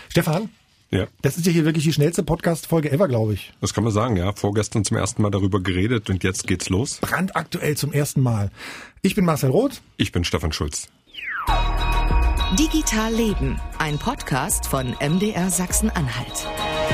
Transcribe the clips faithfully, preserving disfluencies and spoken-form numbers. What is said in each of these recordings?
Stefan? Ja. Das ist ja hier wirklich die schnellste Podcast-Folge ever, glaube ich. Das kann man sagen, ja. Vorgestern zum ersten Mal darüber geredet und jetzt geht's los. Brandaktuell zum ersten Mal. Ich bin Marcel Roth. Ich bin Stefan Schulz. Digital Leben, ein Podcast von M D R Sachsen-Anhalt.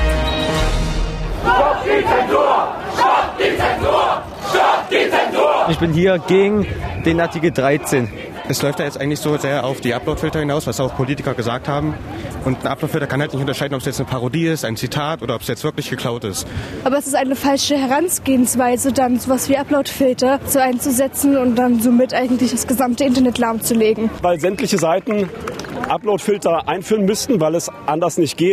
Stopp die Zensur! Stopp die Zensur! Stopp die Zensur! Ich bin hier gegen den Artikel dreizehn. Es läuft ja jetzt eigentlich so sehr auf die Uploadfilter hinaus, was auch Politiker gesagt haben. Und ein Uploadfilter kann halt nicht unterscheiden, ob es jetzt eine Parodie ist, ein Zitat oder ob es jetzt wirklich geklaut ist. Aber es ist eine falsche Herangehensweise, dann sowas wie Uploadfilter so einzusetzen und dann somit eigentlich das gesamte Internet lahmzulegen. Weil sämtliche Seiten Uploadfilter einführen müssten, weil es anders nicht geht.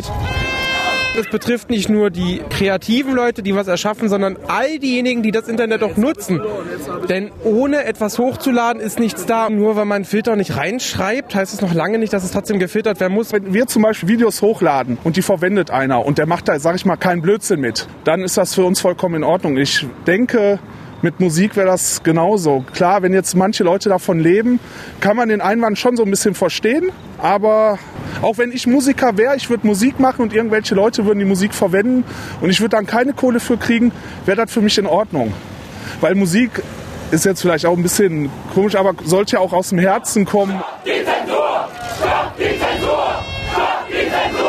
Es betrifft nicht nur die kreativen Leute, die was erschaffen, sondern all diejenigen, die das Internet auch nutzen. Denn ohne etwas hochzuladen ist nichts da. Nur weil man einen Filter nicht reinschreibt, heißt es noch lange nicht, dass es trotzdem gefiltert werden muss. Wenn wir zum Beispiel Videos hochladen und die verwendet einer und der macht da, sag ich mal, keinen Blödsinn mit, dann ist das für uns vollkommen in Ordnung. Ich denke, mit Musik wäre das genauso. Klar, wenn jetzt manche Leute davon leben, kann man den Einwand schon so ein bisschen verstehen. Aber auch wenn ich Musiker wäre, ich würde Musik machen und irgendwelche Leute würden die Musik verwenden und ich würde dann keine Kohle für kriegen, wäre das für mich in Ordnung. Weil Musik ist jetzt vielleicht auch ein bisschen komisch, aber sollte ja auch aus dem Herzen kommen. Stopp die Zensur! Stopp die Zensur! Stopp die Zensur!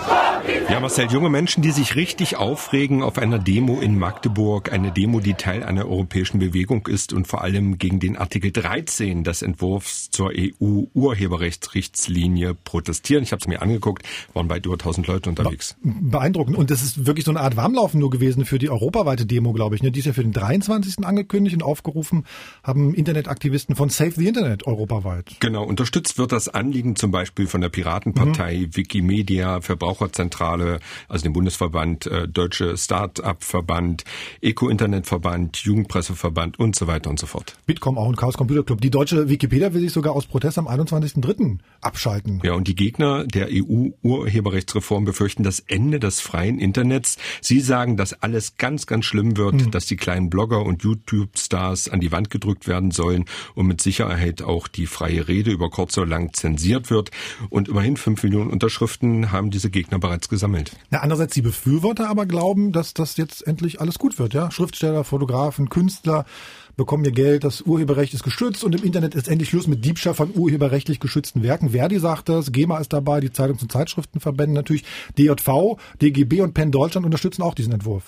Ja, Marcel, junge Menschen, die sich richtig aufregen auf einer Demo in Magdeburg. Eine Demo, die Teil einer europäischen Bewegung ist und vor allem gegen den Artikel dreizehn des Entwurfs zur E U-Urheberrechtsrichtlinie protestieren. Ich habe es mir angeguckt, waren weit über tausend Leute unterwegs. Beeindruckend. Und das ist wirklich so eine Art Warmlaufen nur gewesen für die europaweite Demo, glaube ich. Die ist ja für den dreiundzwanzigsten angekündigt und aufgerufen haben Internetaktivisten von Save the Internet europaweit. Genau, unterstützt wird das Anliegen zum Beispiel von der Piratenpartei, mhm. Wikimedia, Verbraucherzentrale, also dem Bundesverband, äh, Deutsche Start-up-Verband, Eco-Internet-Verband, Jugendpresseverband und so weiter und so fort. Bitkom auch und Chaos Computer Club. Die deutsche Wikipedia will sich sogar aus Protest am einundzwanzigsten dritten abschalten. Ja, und die Gegner der E U-Urheberrechtsreform befürchten das Ende des freien Internets. Sie sagen, dass alles ganz, ganz schlimm wird, mhm. dass die kleinen Blogger und YouTube-Stars an die Wand gedrückt werden sollen und mit Sicherheit auch die freie Rede über kurz oder lang zensiert wird. Und immerhin fünf Millionen Unterschriften haben diese Gegner bereits gesammelt. Na, andererseits die Befürworter aber glauben, dass das jetzt endlich alles gut wird. Ja, Schriftsteller, Fotografen, Künstler bekommen ihr Geld, das Urheberrecht ist geschützt und im Internet ist endlich Schluss mit Diebstahl von urheberrechtlich geschützten Werken. Verdi sagt das, GEMA ist dabei, die Zeitungs- und Zeitschriftenverbände natürlich, D J V, D G B und PEN Deutschland unterstützen auch diesen Entwurf.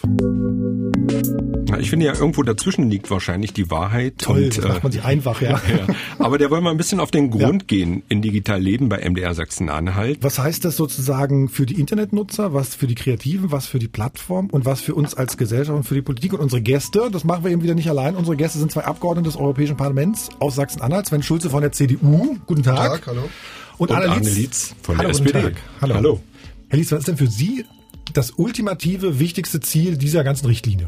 Ich finde ja, irgendwo dazwischen liegt wahrscheinlich die Wahrheit. Toll, und, das macht man sich einfach, ja. ja, ja. Aber der wollen wir ein bisschen auf den Grund ja. gehen in Digital Leben bei M D R Sachsen-Anhalt. Was heißt das sozusagen für die Internetnutzer, was für die Kreativen, was für die Plattform und was für uns als Gesellschaft und für die Politik und unsere Gäste? Das machen wir eben wieder nicht allein. Unsere Gäste sind zwei Abgeordnete des Europäischen Parlaments aus Sachsen-Anhalt. Sven Schulze von der C D U. Guten Tag. Guten Tag, hallo. Und, und Arne Lietz, Lietz von hallo, der S P D. Hallo. hallo. Herr Lietz, was ist denn für Sie das ultimative, wichtigste Ziel dieser ganzen Richtlinie?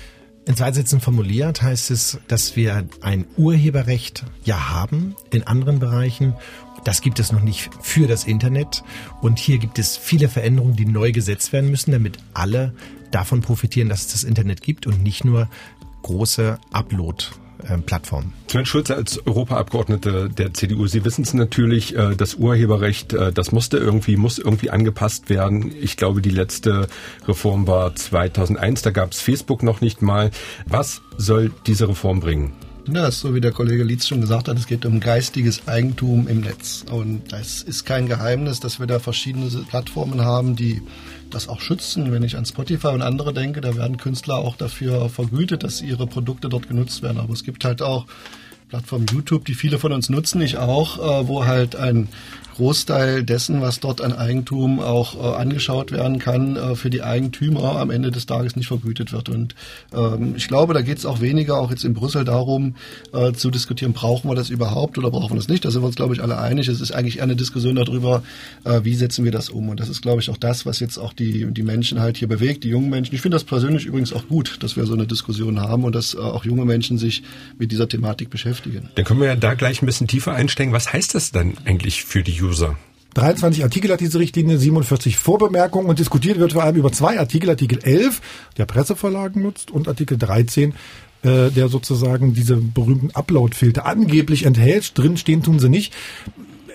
In zwei Sätzen formuliert heißt es, dass wir ein Urheberrecht ja haben in anderen Bereichen. Das gibt es noch nicht für das Internet. Und hier gibt es viele Veränderungen, die neu gesetzt werden müssen, damit alle davon profitieren, dass es das Internet gibt und nicht nur große Upload-Plattformen. Sven Schulze als Europaabgeordnete der C D U, Sie wissen es natürlich, das Urheberrecht, das musste irgendwie, muss irgendwie angepasst werden. Ich glaube, die letzte Reform war zweitausendeins, da gab es Facebook noch nicht mal. Was soll diese Reform bringen? Ja, ist so wie der Kollege Lietz schon gesagt hat, es geht um geistiges Eigentum im Netz. Und es ist kein Geheimnis, dass wir da verschiedene Plattformen haben, die das auch schützen. Wenn ich an Spotify und andere denke, da werden Künstler auch dafür vergütet, dass ihre Produkte dort genutzt werden. Aber es gibt halt auch Plattformen YouTube, die viele von uns nutzen, ich auch, wo halt ein Großteil dessen, was dort an Eigentum auch äh, angeschaut werden kann, äh, für die Eigentümer am Ende des Tages nicht vergütet wird. Und ähm, ich glaube, da geht es auch weniger, auch jetzt in Brüssel, darum äh, zu diskutieren, brauchen wir das überhaupt oder brauchen wir das nicht. Da sind wir uns, glaube ich, alle einig. Es ist eigentlich eher eine Diskussion darüber, äh, wie setzen wir das um. Und das ist, glaube ich, auch das, was jetzt auch die, die Menschen halt hier bewegt, die jungen Menschen. Ich finde das persönlich übrigens auch gut, dass wir so eine Diskussion haben und dass äh, auch junge Menschen sich mit dieser Thematik beschäftigen. Dann können wir ja da gleich ein bisschen tiefer einsteigen. Was heißt das dann eigentlich für die User? dreiundzwanzig Artikel hat diese Richtlinie, siebenundvierzig Vorbemerkungen und diskutiert wird vor allem über zwei Artikel. Artikel elf, der Presseverlagen nutzt, und Artikel dreizehn, äh, der sozusagen diese berühmten Upload-Filter angeblich enthält. Drin stehen tun sie nicht.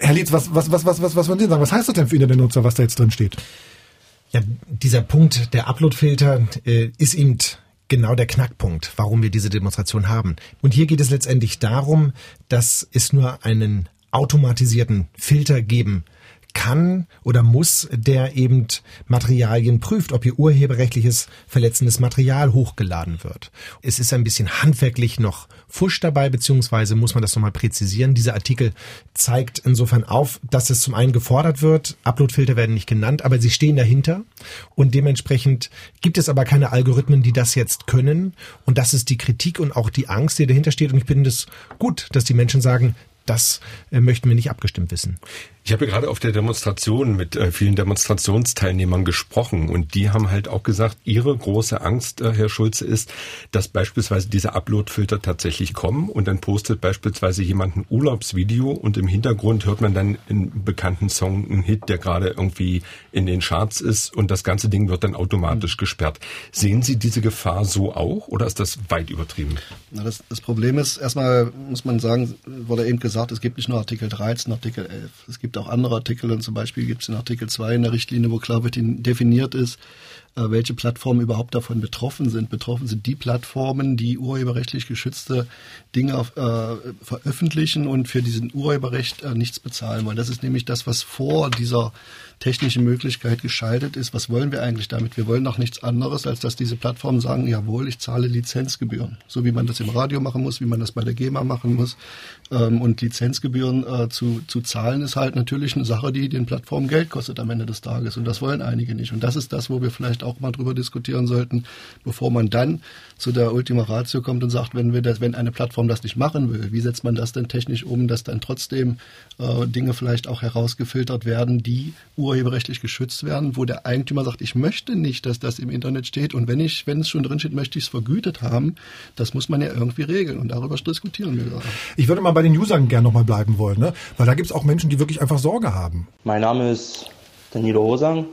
Herr Lietz, was, was, was, was, was, was wollen Sie sagen? Was heißt das denn für Internetnutzer, was da jetzt drin steht? Ja, dieser Punkt, der Uploadfilter, äh, ist eben genau der Knackpunkt, warum wir diese Demonstration haben. Und hier geht es letztendlich darum, dass es nur einen automatisierten Filter geben kann oder muss, der eben Materialien prüft, ob hier urheberrechtliches verletzendes Material hochgeladen wird. Es ist ein bisschen handwerklich noch Fusch dabei, beziehungsweise muss man das nochmal präzisieren. Dieser Artikel zeigt insofern auf, dass es zum einen gefordert wird. Uploadfilter werden nicht genannt, aber sie stehen dahinter. Und dementsprechend gibt es aber keine Algorithmen, die das jetzt können. Und das ist die Kritik und auch die Angst, die dahinter steht. Und ich finde es gut, dass die Menschen sagen, das äh, möchten wir nicht abgestimmt wissen. Ich habe gerade auf der Demonstration mit äh, vielen Demonstrationsteilnehmern gesprochen und die haben halt auch gesagt, ihre große Angst, äh, Herr Schulze, ist, dass beispielsweise diese Uploadfilter tatsächlich kommen und dann postet beispielsweise jemand ein Urlaubsvideo und im Hintergrund hört man dann einen bekannten Song, einen Hit, der gerade irgendwie in den Charts ist und das ganze Ding wird dann automatisch gesperrt. Sehen Sie diese Gefahr so auch oder ist das weit übertrieben? Na, das, das Problem ist, erstmal muss man sagen, wurde eben gesagt, es gibt nicht nur Artikel dreizehn, Artikel elf. Es gibt auch andere Artikel und zum Beispiel gibt es in Artikel zwei in der Richtlinie, wo klar wird definiert ist, welche Plattformen überhaupt davon betroffen sind. Betroffen sind die Plattformen, die urheberrechtlich geschützte Dinge auf, äh, veröffentlichen und für diesen Urheberrecht äh, nichts bezahlen wollen. Das ist nämlich das, was vor dieser technischen Möglichkeit geschaltet ist. Was wollen wir eigentlich damit? Wir wollen doch nichts anderes, als dass diese Plattformen sagen, jawohl, ich zahle Lizenzgebühren. So wie man das im Radio machen muss, wie man das bei der GEMA machen muss. Ähm, und Lizenzgebühren äh, zu, zu zahlen ist halt natürlich eine Sache, die den Plattformen Geld kostet am Ende des Tages. Und das wollen einige nicht. Und das ist das, wo wir vielleicht auch mal drüber diskutieren sollten, bevor man dann zu der Ultima Ratio kommt und sagt, wenn wir das, wenn eine Plattform das nicht machen will, wie setzt man das denn technisch um, dass dann trotzdem äh, Dinge vielleicht auch herausgefiltert werden, die urheberrechtlich geschützt werden, wo der Eigentümer sagt, ich möchte nicht, dass das im Internet steht und wenn ich, wenn es schon drin steht, möchte ich es vergütet haben. Das muss man ja irgendwie regeln und darüber diskutieren wir gerade. Ich würde mal bei den Usern gerne nochmal bleiben wollen, ne? Weil da gibt es auch Menschen, die wirklich einfach Sorge haben. Mein Name ist Danilo Hosang.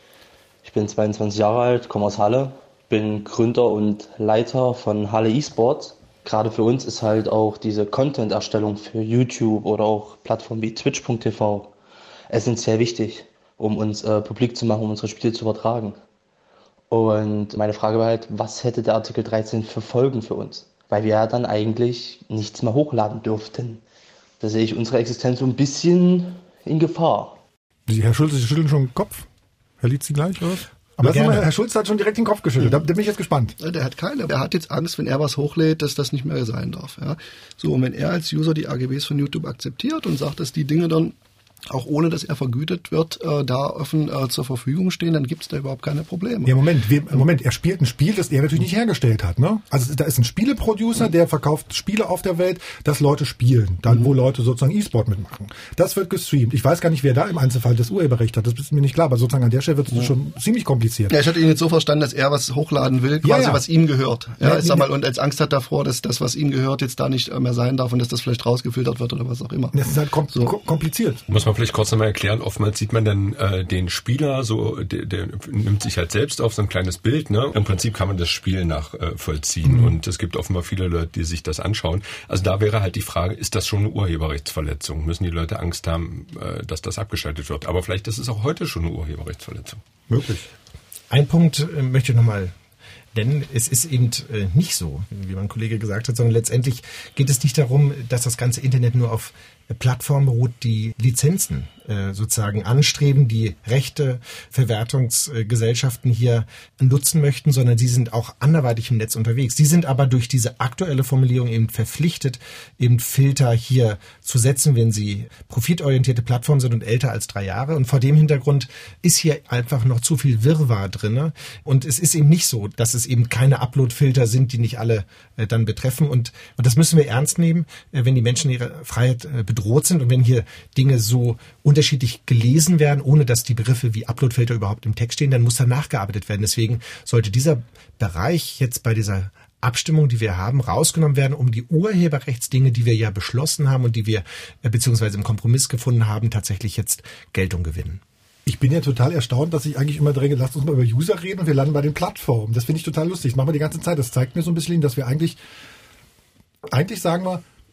Ich bin zweiundzwanzig Jahre alt, komme aus Halle, bin Gründer und Leiter von Halle eSports. Gerade für uns ist halt auch diese Content-Erstellung für YouTube oder auch Plattformen wie Twitch Punkt T V essentiell wichtig, um uns äh, publik zu machen, um unsere Spiele zu übertragen. Und meine Frage war halt, was hätte der Artikel dreizehn für Folgen für uns? Weil wir ja dann eigentlich nichts mehr hochladen dürften. Da sehe ich unsere Existenz so ein bisschen in Gefahr. Herr Schulze, Sie schütteln schon den Kopf. Herr Lietz, Sie gleich, oder? Aber mal, Herr Schulz hat schon direkt den Kopf geschüttelt. Da, da bin ich jetzt gespannt. Ja, der hat keine. Der hat jetzt Angst, wenn er was hochlädt, dass das nicht mehr sein darf. Ja. So, und wenn er als User die A G Bs von YouTube akzeptiert und sagt, dass die Dinge dann auch ohne, dass er vergütet wird, äh, da offen äh, zur Verfügung stehen, dann gibt es da überhaupt keine Probleme. Ja, Moment, wir, Moment, er spielt ein Spiel, das er natürlich nicht hergestellt hat, ne? Also da ist ein Spieleproducer, der verkauft Spiele auf der Welt, dass Leute spielen, dann mhm. wo Leute sozusagen E-Sport mitmachen. Das wird gestreamt. Ich weiß gar nicht, wer da im Einzelfall das Urheberrecht hat, das ist mir nicht klar, aber sozusagen an der Stelle wird es ja. schon ziemlich kompliziert. Ja, ich hatte ihn jetzt so verstanden, dass er was hochladen will, quasi ja, ja. was ihm gehört. Ja, ja, ich sag mal, und als Angst hat davor, dass das, was ihm gehört, jetzt da nicht mehr sein darf und dass das vielleicht rausgefiltert wird oder was auch immer. Das ist halt kom- so. kompliziert. Muss man vielleicht kurz nochmal erklären, oftmals sieht man dann äh, den Spieler, so der, der nimmt sich halt selbst auf so ein kleines Bild. Ne? Im Prinzip kann man das Spiel nachvollziehen mhm. und es gibt offenbar viele Leute, die sich das anschauen. Also da wäre halt die Frage, ist das schon eine Urheberrechtsverletzung? Müssen die Leute Angst haben, äh, dass das abgeschaltet wird? Aber vielleicht ist es auch heute schon eine Urheberrechtsverletzung. Möglich. Ein Punkt äh, möchte ich nochmal Denn es ist eben äh, nicht so, wie mein Kollege gesagt hat, sondern letztendlich geht es nicht darum, dass das ganze Internet nur auf Plattformen beruht, die Lizenzen äh, sozusagen anstreben, die Rechte, Verwertungsgesellschaften hier nutzen möchten, sondern sie sind auch anderweitig im Netz unterwegs. Sie sind aber durch diese aktuelle Formulierung eben verpflichtet, eben Filter hier zu setzen, wenn sie profitorientierte Plattformen sind und älter als drei Jahre. Und vor dem Hintergrund ist hier einfach noch zu viel Wirrwarr drin. Und es ist eben nicht so, dass es eben keine Upload-Filter sind, die nicht alle äh, dann betreffen. Und, und das müssen wir ernst nehmen, äh, wenn die Menschen ihre Freiheit äh, bedroht sind und wenn hier Dinge so unterschiedlich gelesen werden, ohne dass die Begriffe wie Uploadfilter überhaupt im Text stehen, dann muss da nachgearbeitet werden. Deswegen sollte dieser Bereich jetzt bei dieser Abstimmung, die wir haben, rausgenommen werden, um die Urheberrechtsdinge, die wir ja beschlossen haben und die wir äh, beziehungsweise im Kompromiss gefunden haben, tatsächlich jetzt Geltung gewinnen. Ich bin ja total erstaunt, dass ich eigentlich immer dränge, lasst uns mal über User reden und wir landen bei den Plattformen. Das finde ich total lustig. Das machen wir die ganze Zeit. Das zeigt mir so ein bisschen, dass wir eigentlich, eigentlich sagen wir,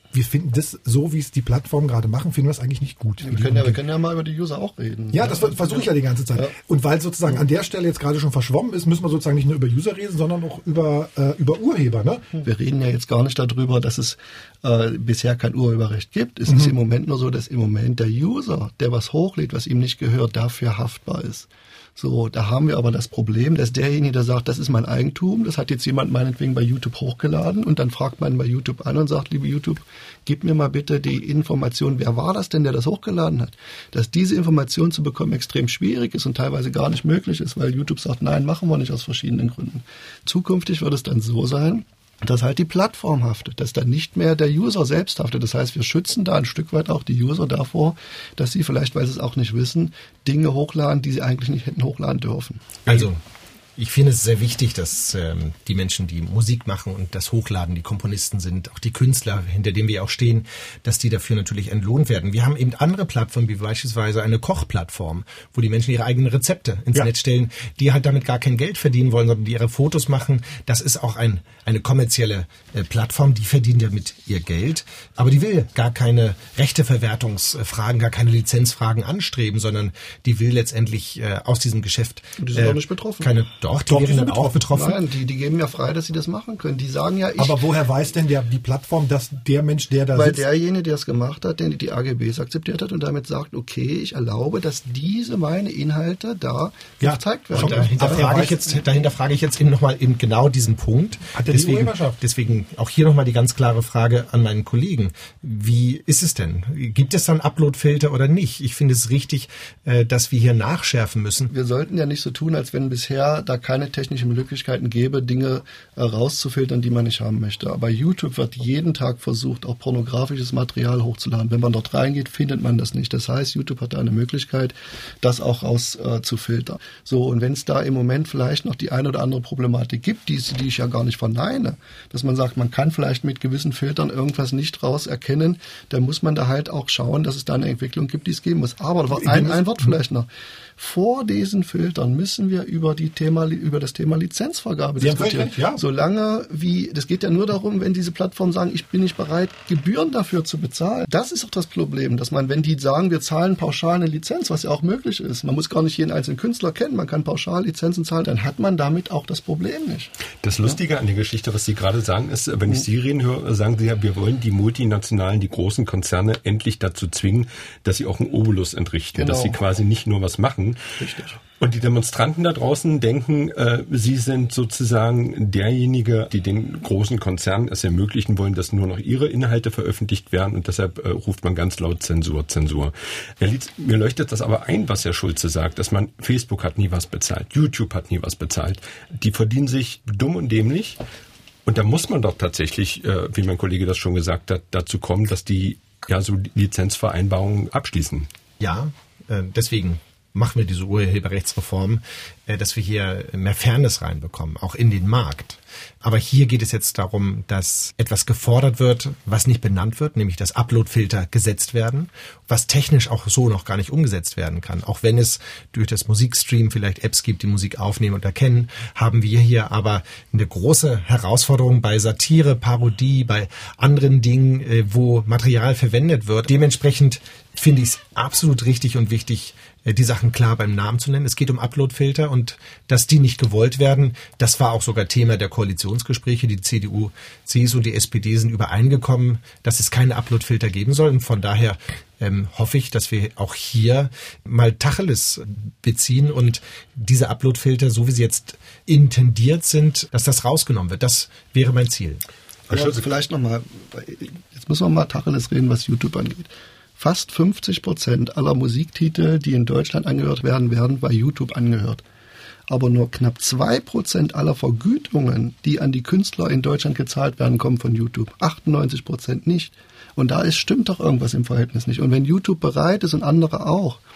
wir finden das, so wie es die Plattformen gerade machen, finden wir es eigentlich nicht gut. Wir können, ja, wir können ja mal über die User auch reden. Ja, das versuche ich ja die ganze Zeit. Ja. Und weil sozusagen an der Stelle jetzt gerade schon verschwommen ist, müssen wir sozusagen nicht nur über User reden, sondern auch über, äh, über Urheber. Ne? Wir reden ja jetzt gar nicht darüber, dass es äh, bisher kein Urheberrecht gibt. Es Mhm. ist im Moment nur so, dass im Moment der User, der was hochlädt, was ihm nicht gehört, dafür haftbar ist. So, da haben wir aber das Problem, dass derjenige, der sagt, das ist mein Eigentum, das hat jetzt jemand meinetwegen bei YouTube hochgeladen und dann fragt man bei YouTube an und sagt, liebe YouTube, gib mir mal bitte die Information, wer war das denn, der das hochgeladen hat? Dass diese Information zu bekommen extrem schwierig ist und teilweise gar nicht möglich ist, weil YouTube sagt, nein, machen wir nicht aus verschiedenen Gründen. Zukünftig wird es dann so sein, dass halt die Plattform haftet, dass dann nicht mehr der User selbst haftet. Das heißt, wir schützen da ein Stück weit auch die User davor, dass sie vielleicht, weil sie es auch nicht wissen, Dinge hochladen, die sie eigentlich nicht hätten hochladen dürfen. Also, ich finde es sehr wichtig, dass ähm, die Menschen, die Musik machen und das hochladen, die Komponisten sind, auch die Künstler, hinter denen wir auch stehen, dass die dafür natürlich entlohnt werden. Wir haben eben andere Plattformen, wie beispielsweise eine Kochplattform, wo die Menschen ihre eigenen Rezepte ins ja. Netz stellen, die halt damit gar kein Geld verdienen wollen, sondern die ihre Fotos machen. Das ist auch ein, eine kommerzielle äh, Plattform, die verdient damit ihr Geld, aber die will gar keine Rechteverwertungsfragen, gar keine Lizenzfragen anstreben, sondern die will letztendlich äh, aus diesem Geschäft Und die sind äh, auch nicht betroffen. keine Doch, die Doch, wären die dann sind auch betroffen. Nein, die, die geben ja frei, dass sie das machen können. Die sagen ja, ich... Aber woher weiß denn der, die Plattform, dass der Mensch, der da Weil sitzt... derjenige, der es gemacht hat, der die A G Bs akzeptiert hat und damit sagt, okay, ich erlaube, dass diese meine Inhalte da Ja, gezeigt Und werden. dahinter, frage ich jetzt, dahinter frage ich jetzt eben nochmal eben genau diesen Punkt. Hat er die deswegen, Urheberschaft? deswegen auch hier nochmal die ganz klare Frage an meinen Kollegen. Wie ist es denn? Gibt es dann Uploadfilter oder nicht? Ich finde es richtig, äh, dass wir hier nachschärfen müssen. Wir sollten ja nicht so tun, als wenn bisher da keine technischen Möglichkeiten gäbe, Dinge äh, rauszufiltern, die man nicht haben möchte. Aber YouTube wird jeden Tag versucht, auch pornografisches Material hochzuladen. Wenn man dort reingeht, findet man das nicht. Das heißt, YouTube hat da eine Möglichkeit, das auch rauszufiltern. Äh, so, und wenn es da im Moment vielleicht noch die eine oder andere Problematik gibt, die, die ich ja gar nicht verneine, dass man sagt, man kann vielleicht mit gewissen Filtern irgendwas nicht raus erkennen, dann muss man da halt auch schauen, dass es da eine Entwicklung gibt, die es geben muss. Aber ein, ein Wort vielleicht noch. Vor diesen Filtern müssen wir über die Thema, über das Thema Lizenzvergabe Sie diskutieren. Recht, ja. Solange wie, das geht ja nur darum, wenn diese Plattformen sagen, ich bin nicht bereit, Gebühren dafür zu bezahlen. Das ist auch das Problem, dass man, wenn die sagen, wir zahlen pauschal eine Lizenz, was ja auch möglich ist, man muss gar nicht jeden einzelnen Künstler kennen, man kann pauschal Lizenzen zahlen, dann hat man damit auch das Problem nicht. Das Lustige ja? an der Geschichte, was Sie gerade sagen, ist, wenn ich Sie reden höre, sagen Sie ja, wir wollen die multinationalen, die großen Konzerne endlich dazu zwingen, dass sie auch einen Obolus entrichten, Genau. dass sie quasi nicht nur was machen. Richtig. Und die Demonstranten da draußen denken, äh, sie sind sozusagen derjenige, die den großen Konzernen es ermöglichen wollen, dass nur noch ihre Inhalte veröffentlicht werden, und deshalb äh, ruft man ganz laut Zensur, Zensur. Herr Lietz, mir leuchtet das aber ein, was Herr Schulze sagt, dass man, Facebook hat nie was bezahlt, YouTube hat nie was bezahlt. Die verdienen sich dumm und dämlich. Und da muss man doch tatsächlich, äh, wie mein Kollege das schon gesagt hat, dazu kommen, dass die ja so Lizenzvereinbarungen abschließen. Ja, äh, deswegen machen wir diese Urheberrechtsreform, äh, dass wir hier mehr Fairness reinbekommen, auch in den Markt. Aber hier geht es jetzt darum, dass etwas gefordert wird, was nicht benannt wird, nämlich dass Uploadfilter gesetzt werden, was technisch auch so noch gar nicht umgesetzt werden kann. Auch wenn es durch das Musikstream vielleicht Apps gibt, die Musik aufnehmen und erkennen, haben wir hier aber eine große Herausforderung bei Satire, Parodie, bei anderen Dingen, äh, wo Material verwendet wird. Dementsprechend finde ich es absolut richtig und wichtig, die Sachen klar beim Namen zu nennen. Es geht um Uploadfilter, und dass die nicht gewollt werden, das war auch sogar Thema der Koalitionsgespräche. Die C D U, C S U und die S P D sind übereingekommen, dass es keine Uploadfilter geben soll. Und von daher ähm, hoffe ich, dass wir auch hier mal Tacheles beziehen und diese Uploadfilter, so wie sie jetzt intendiert sind, dass das rausgenommen wird. Das wäre mein Ziel. Ja, also vielleicht nochmal, jetzt müssen wir mal Tacheles reden, was YouTube angeht. Fast fünfzig Prozent aller Musiktitel, die in Deutschland angehört werden, werden bei YouTube angehört. Aber nur knapp zwei Prozent aller Vergütungen, die an die Künstler in Deutschland gezahlt werden, kommen von YouTube. achtundneunzig Prozent nicht. Und da ist, stimmt doch irgendwas im Verhältnis nicht. Und wenn YouTube bereit ist und andere auch,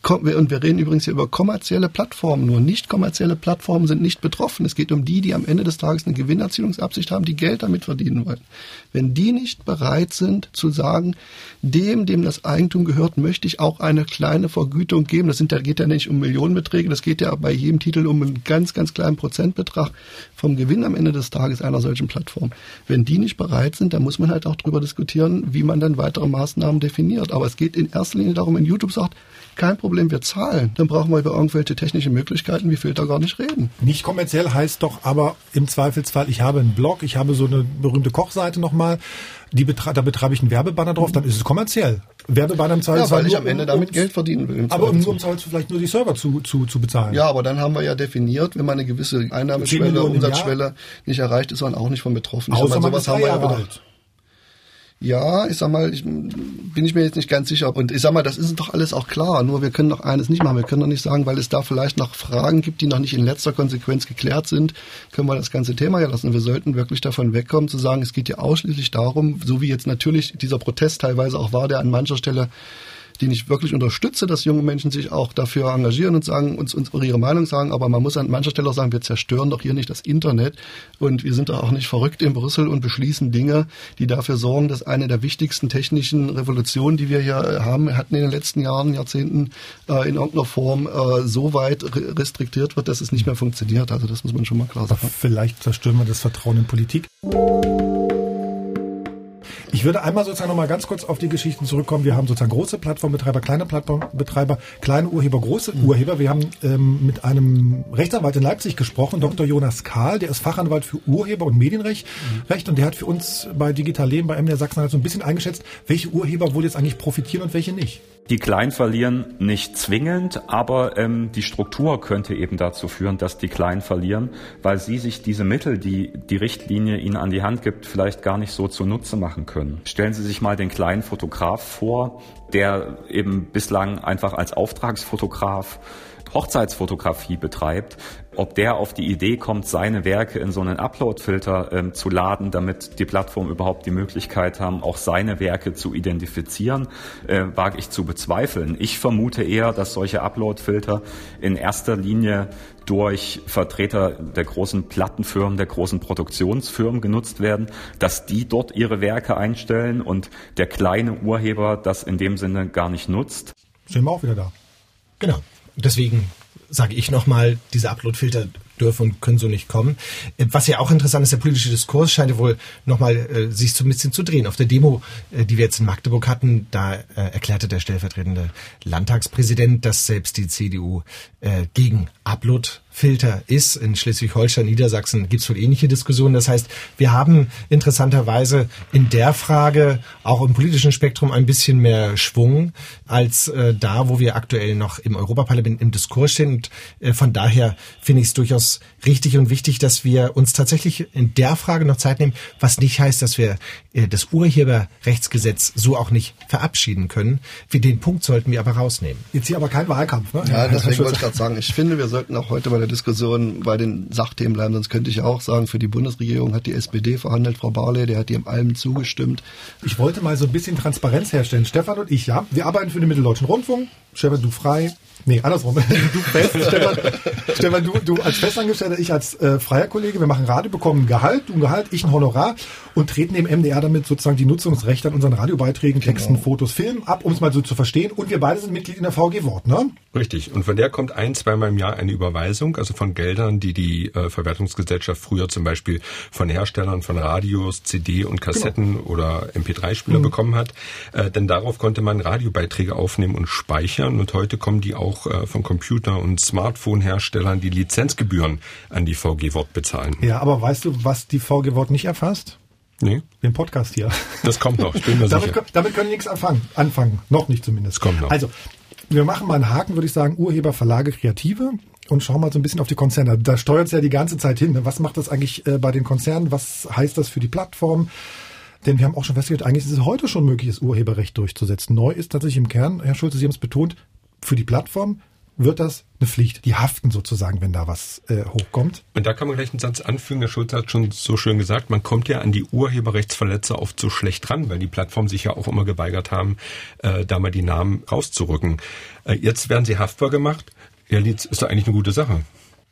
Und wir reden übrigens hier über kommerzielle Plattformen. Nur nicht kommerzielle Plattformen sind nicht betroffen. Es geht um die, die am Ende des Tages eine Gewinnerzielungsabsicht haben, die Geld damit verdienen wollen. Wenn die nicht bereit sind zu sagen, dem, dem das Eigentum gehört, möchte ich auch eine kleine Vergütung geben. Das sind, da geht ja nicht um Millionenbeträge, das geht ja bei jedem Titel um einen ganz, ganz kleinen Prozentbetrag vom Gewinn am Ende des Tages einer solchen Plattform. Wenn die nicht bereit sind, dann muss man halt auch darüber diskutieren, wie man dann weitere Maßnahmen definiert. Aber es geht in erster Linie darum, wenn YouTube sagt, kein Problem, wir zahlen, dann brauchen wir über irgendwelche technischen Möglichkeiten wie Filter gar nicht reden. Nicht kommerziell heißt doch aber im Zweifelsfall, ich habe einen Blog, ich habe so eine berühmte Kochseite nochmal, die betre- da betreibe ich einen Werbebanner drauf, dann ist es kommerziell. Werbebanner im Zweifelsfall. Ja, weil ich nur, am Ende um, damit um, Geld verdienen will. Aber um nur im Zweifelsfall vielleicht nur die Server zu, zu, zu bezahlen. Ja, aber dann haben wir ja definiert, wenn man eine gewisse Einnahmeschwelle, Umsatzschwelle nicht erreicht, ist man auch nicht von betroffen. Außer man sowas ist haben wir ja Jahre gedacht. alt. Ja, ich sag mal, ich bin ich mir jetzt nicht ganz sicher. Und ich sag mal, das ist doch alles auch klar. Nur wir können doch eines nicht machen. Wir können doch nicht sagen, weil es da vielleicht noch Fragen gibt, die noch nicht in letzter Konsequenz geklärt sind, können wir das ganze Thema ja lassen. Wir sollten wirklich davon wegkommen, zu sagen, es geht ja ausschließlich darum, so wie jetzt natürlich dieser Protest teilweise auch war, der an mancher Stelle, den ich wirklich unterstütze, dass junge Menschen sich auch dafür engagieren und sagen, uns, uns ihre Meinung sagen, aber man muss an mancher Stelle auch sagen, wir zerstören doch hier nicht das Internet und wir sind doch auch nicht verrückt in Brüssel und beschließen Dinge, die dafür sorgen, dass eine der wichtigsten technischen Revolutionen, die wir hier haben, hatten in den letzten Jahren, Jahrzehnten äh, in irgendeiner Form äh, so weit re- restriktiert wird, dass es nicht mehr funktioniert. Also das muss man schon mal klar sagen. Vielleicht zerstören wir das Vertrauen in Politik. Ich würde einmal sozusagen noch mal ganz kurz auf die Geschichten zurückkommen. Wir haben sozusagen große Plattformbetreiber, kleine Plattformbetreiber, kleine Urheber, große Urheber. Wir haben ähm, mit einem Rechtsanwalt in Leipzig gesprochen, Doktor Jonas Kahl, der ist Fachanwalt für Urheber- und Medienrecht Recht, und der hat für uns bei Digital Leben, bei M D R Sachsen so ein bisschen eingeschätzt, welche Urheber wohl jetzt eigentlich profitieren und welche nicht. Die Kleinen verlieren nicht zwingend, aber ähm, die Struktur könnte eben dazu führen, dass die Kleinen verlieren, weil sie sich diese Mittel, die die Richtlinie ihnen an die Hand gibt, vielleicht gar nicht so zunutze machen können. Stellen Sie sich mal den kleinen Fotograf vor, der eben bislang einfach als Auftragsfotograf Hochzeitsfotografie betreibt, ob der auf die Idee kommt, seine Werke in so einen Upload-Filter ähm, zu laden, damit die Plattformen überhaupt die Möglichkeit haben, auch seine Werke zu identifizieren, äh, wage ich zu bezweifeln. Ich vermute eher, dass solche Upload-Filter in erster Linie durch Vertreter der großen Plattenfirmen, der großen Produktionsfirmen genutzt werden, dass die dort ihre Werke einstellen und der kleine Urheber das in dem Sinne gar nicht nutzt. Sind wir auch wieder da. Genau. Deswegen sage ich nochmal, diese Upload-Filter dürfen und können so nicht kommen. Was ja auch interessant ist, der politische Diskurs scheint ja wohl nochmal äh, sich so ein bisschen zu drehen. Auf der Demo, äh, die wir jetzt in Magdeburg hatten, da äh, erklärte der stellvertretende Landtagspräsident, dass selbst die C D U äh, gegen Upload-Filter ist. In Schleswig-Holstein, Niedersachsen gibt es wohl ähnliche Diskussionen. Das heißt, wir haben interessanterweise in der Frage auch im politischen Spektrum ein bisschen mehr Schwung als äh, da, wo wir aktuell noch im Europaparlament im Diskurs stehen. Und äh, von daher finde ich es durchaus richtig und wichtig, dass wir uns tatsächlich in der Frage noch Zeit nehmen, was nicht heißt, dass wir äh, das Urheberrechtsgesetz so auch nicht verabschieden können. Für den Punkt sollten wir aber rausnehmen. Jetzt hier aber kein Wahlkampf, ne? Ja, deswegen wollte ich gerade sagen, ich finde, wir sollten auch heute bei der Diskussion bei den Sachthemen bleiben, sonst könnte ich auch sagen, für die Bundesregierung hat die S P D verhandelt, Frau Barley, der hat dem allem zugestimmt. Ich wollte mal so ein bisschen Transparenz herstellen. Stefan und ich, ja, wir arbeiten für den Mitteldeutschen Rundfunk. Stefan, du frei. Nee, andersrum. Du fest, Stefan, Stefan du, du als Festangestellter, ich als äh, freier Kollege. Wir machen Radio, bekommen ein Gehalt, du ein Gehalt, ich ein Honorar und treten dem M D R damit sozusagen die Nutzungsrechte an unseren Radiobeiträgen, Texten, genau. Fotos, Filmen ab, um es mal so zu verstehen. Und wir beide sind Mitglied in der V G Wort, ne? Richtig. Und von der kommt ein-, zweimal im Jahr eine Überweisung, also von Geldern, die die äh, Verwertungsgesellschaft früher zum Beispiel von Herstellern von Radios, C D und Kassetten genau. oder M P drei Spieler mhm. bekommen hat. Äh, denn darauf konnte man Radiobeiträge aufnehmen und speichern. Und heute kommen die auch äh, von Computer- und Smartphone-Herstellern, die Lizenzgebühren an die V G Wort bezahlen. Ja, aber weißt du, was die V G Wort nicht erfasst? Nee. Den Podcast hier. Das kommt noch, ich bin mir damit, sicher. Damit können wir nichts anfangen. anfangen. Noch nicht zumindest. Das kommt noch. Also, wir machen mal einen Haken, würde ich sagen, Urheber, Verlage, Kreative und schauen mal so ein bisschen auf die Konzerne. Da steuert es ja die ganze Zeit hin. Was macht das eigentlich äh, bei den Konzernen? Was heißt das für die Plattform? Denn wir haben auch schon festgestellt, eigentlich ist es heute schon möglich, das Urheberrecht durchzusetzen. Neu ist tatsächlich im Kern, Herr Schulze, Sie haben es betont, für die Plattform wird das eine Pflicht. Die haften sozusagen, wenn da was äh, hochkommt. Und da kann man gleich einen Satz anfügen. Der Schulz hat schon so schön gesagt, man kommt ja an die Urheberrechtsverletzer oft so schlecht ran, weil die Plattformen sich ja auch immer geweigert haben, äh, da mal die Namen rauszurücken. Äh, jetzt werden sie haftbar gemacht. Ja, Lietz, ist doch eigentlich eine gute Sache.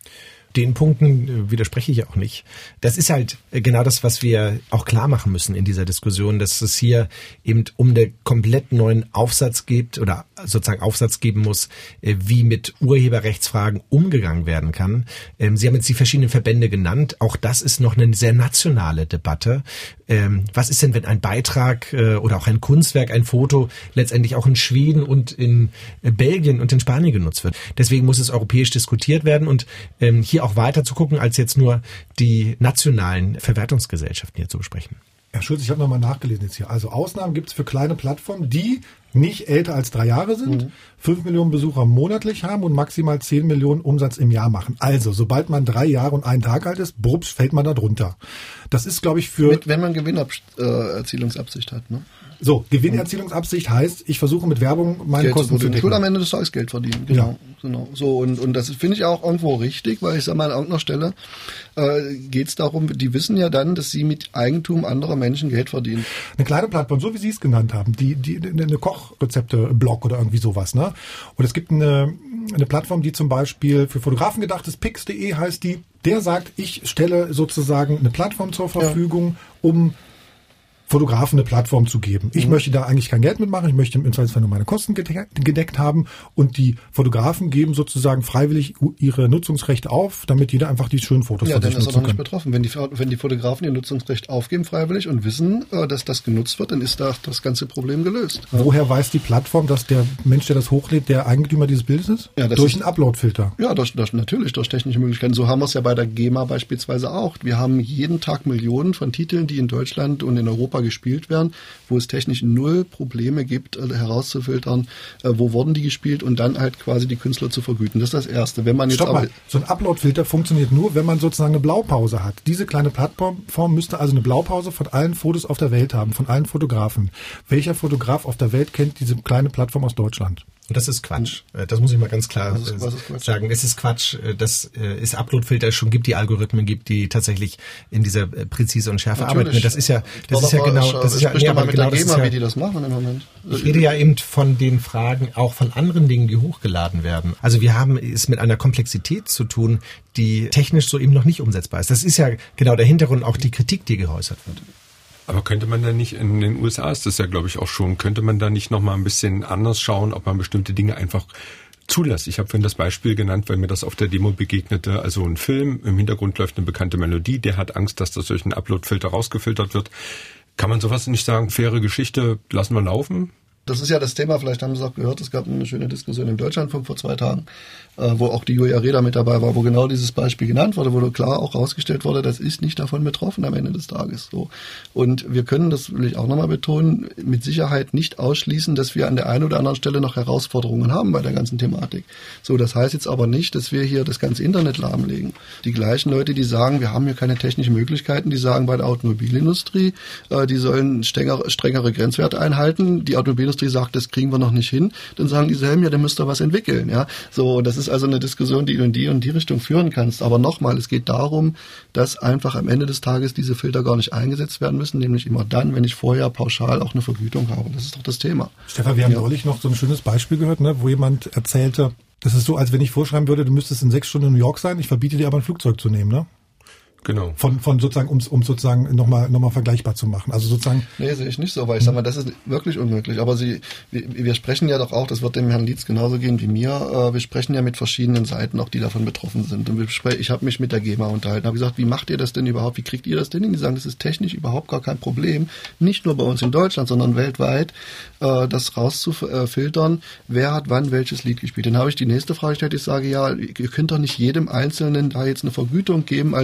Den Punkten widerspreche ich auch nicht. Das ist halt genau das, was wir auch klar machen müssen in dieser Diskussion, dass es hier eben um einen komplett neuen Aufsatz geht oder sozusagen Aufsatz geben muss, wie mit Urheberrechtsfragen umgegangen werden kann. Sie haben jetzt die verschiedenen Verbände genannt. Auch das ist noch eine sehr nationale Debatte. Was ist denn, wenn ein Beitrag oder auch ein Kunstwerk, ein Foto letztendlich auch in Schweden und in Belgien und in Spanien genutzt wird? Deswegen muss es europäisch diskutiert werden und hier auch weiter zu gucken, als jetzt nur die nationalen Verwertungsgesellschaften hier zu besprechen. Herr Schulz, ich habe nochmal nachgelesen jetzt hier. Also Ausnahmen gibt es für kleine Plattformen, die nicht älter als drei Jahre sind, mhm. fünf Millionen Besucher monatlich haben und maximal zehn Millionen Umsatz im Jahr machen. Also, sobald man drei Jahre und einen Tag alt ist, brups, fällt man da drunter. Das ist, glaube ich, für... Mit, wenn man Gewinnerzielungsabsicht hat, ne? So, Gewinnerzielungsabsicht heißt, ich versuche mit Werbung meine Geld Kosten zu decken. Ich will am Ende des Tages Geld verdienen, genau. Ja. genau. So, und, und das finde ich auch irgendwo richtig, weil ich sage mal, an irgendeiner Stelle äh, geht es darum, die wissen ja dann, dass sie mit Eigentum anderer Menschen Geld verdienen. Eine kleine Plattform, so wie Sie es genannt haben, die, die eine Kochrezepte-Blog oder irgendwie sowas, ne? Und es gibt eine, eine Plattform, die zum Beispiel für Fotografen gedacht ist, pix punkt de heißt die, der sagt, ich stelle sozusagen eine Plattform zur Verfügung, ja. um Fotografen eine Plattform zu geben. Ich mhm. möchte da eigentlich kein Geld mitmachen, ich möchte im Zweifelsfall nur meine Kosten gedeckt haben und die Fotografen geben sozusagen freiwillig ihre Nutzungsrechte auf, damit jeder einfach die schönen Fotos ja, von sich nutzen kann. Ja, dann ist er doch nicht kann. betroffen. Wenn die, wenn die Fotografen ihr Nutzungsrecht aufgeben freiwillig und wissen, dass das genutzt wird, dann ist da das ganze Problem gelöst. Woher weiß die Plattform, dass der Mensch, der das hochlädt, der Eigentümer dieses Bildes ist? Ja, das durch ist, einen Upload-Filter. Ja, durch, durch, natürlich, durch technische Möglichkeiten. So haben wir es ja bei der GEMA beispielsweise auch. Wir haben jeden Tag Millionen von Titeln, die in Deutschland und in Europa gespielt werden, wo es technisch null Probleme gibt, also herauszufiltern, äh, wo wurden die gespielt und dann halt quasi die Künstler zu vergüten. Das ist das Erste. Wenn man jetzt Stopp mal, so ein Upload-Filter funktioniert nur, wenn man sozusagen eine Blaupause hat. Diese kleine Plattform müsste also eine Blaupause von allen Fotos auf der Welt haben, von allen Fotografen. Welcher Fotograf auf der Welt kennt diese kleine Plattform aus Deutschland? Und das ist Quatsch. Das muss ich mal ganz klar was ist, was ist Quatsch? sagen. Es ist Quatsch, dass es Upload-Filter schon gibt, die Algorithmen gibt, die tatsächlich in dieser Präzise und Schärfe Natürlich. arbeiten. Das ist ja, das ist ja genau, das ist ja, nee, aber mit genau, der GEMA, ja, wie die das machen im Moment. Ich rede ja eben von den Fragen auch von anderen Dingen, die hochgeladen werden. Also wir haben es mit einer Komplexität zu tun, die technisch so eben noch nicht umsetzbar ist. Das ist ja genau der Hintergrund, auch die Kritik, die geäußert wird. Aber könnte man da nicht, in den U S A ist das ja, glaube ich, auch schon, könnte man da nicht nochmal ein bisschen anders schauen, ob man bestimmte Dinge einfach zulässt? Ich habe vorhin das Beispiel genannt, weil mir das auf der Demo begegnete. Also ein Film, im Hintergrund läuft eine bekannte Melodie, der hat Angst, dass das durch einen Upload-Filter rausgefiltert wird. Kann man sowas nicht sagen, faire Geschichte, lassen wir laufen? Das ist ja das Thema, vielleicht haben Sie es auch gehört, es gab eine schöne Diskussion im Deutschlandfunk vor zwei Tagen, äh, wo auch die Julia Reda mit dabei war, wo genau dieses Beispiel genannt wurde, wo klar auch rausgestellt wurde, das ist nicht davon betroffen am Ende des Tages. So. Und wir können, das will ich auch nochmal betonen, mit Sicherheit nicht ausschließen, dass wir an der einen oder anderen Stelle noch Herausforderungen haben bei der ganzen Thematik. So, das heißt jetzt aber nicht, dass wir hier das ganze Internet lahmlegen. Die gleichen Leute, die sagen, wir haben hier keine technischen Möglichkeiten, die sagen bei der Automobilindustrie, äh, die sollen strengere, strengere Grenzwerte einhalten. Die Automobilindustrie sagt, das kriegen wir noch nicht hin, dann sagen dieselben, ja, dann müsst ihr was entwickeln, ja. So, das ist also eine Diskussion, die du in die und die Richtung führen kannst. Aber nochmal, es geht darum, dass einfach am Ende des Tages diese Filter gar nicht eingesetzt werden müssen, nämlich immer dann, wenn ich vorher pauschal auch eine Vergütung habe. Das ist doch das Thema. Stefan, wir haben ja. neulich noch so ein schönes Beispiel gehört, ne, wo jemand erzählte, das ist so, als wenn ich vorschreiben würde, du müsstest in sechs Stunden in New York sein, ich verbiete dir aber ein Flugzeug zu nehmen, ne? Genau. Von, von sozusagen, um um sozusagen nochmal, nochmal vergleichbar zu machen. Also sozusagen. Nee, sehe ich nicht so, weil ich sag mal, das ist wirklich unmöglich. Aber Sie, wir, wir sprechen ja doch auch, das wird dem Herrn Lietz genauso gehen wie mir, äh, wir sprechen ja mit verschiedenen Seiten, auch die davon betroffen sind. Und wir sprechen, ich habe mich mit der GEMA unterhalten, habe gesagt, wie macht ihr das denn überhaupt? Wie kriegt ihr das denn hin? Die sagen, das ist technisch überhaupt gar kein Problem. Nicht nur bei uns in Deutschland, sondern weltweit, äh, das rauszufiltern, wer hat wann welches Lied gespielt. Dann habe ich die nächste Frage gestellt, ich sage, ja, ihr könnt doch nicht jedem Einzelnen da jetzt eine Vergütung geben als Plattform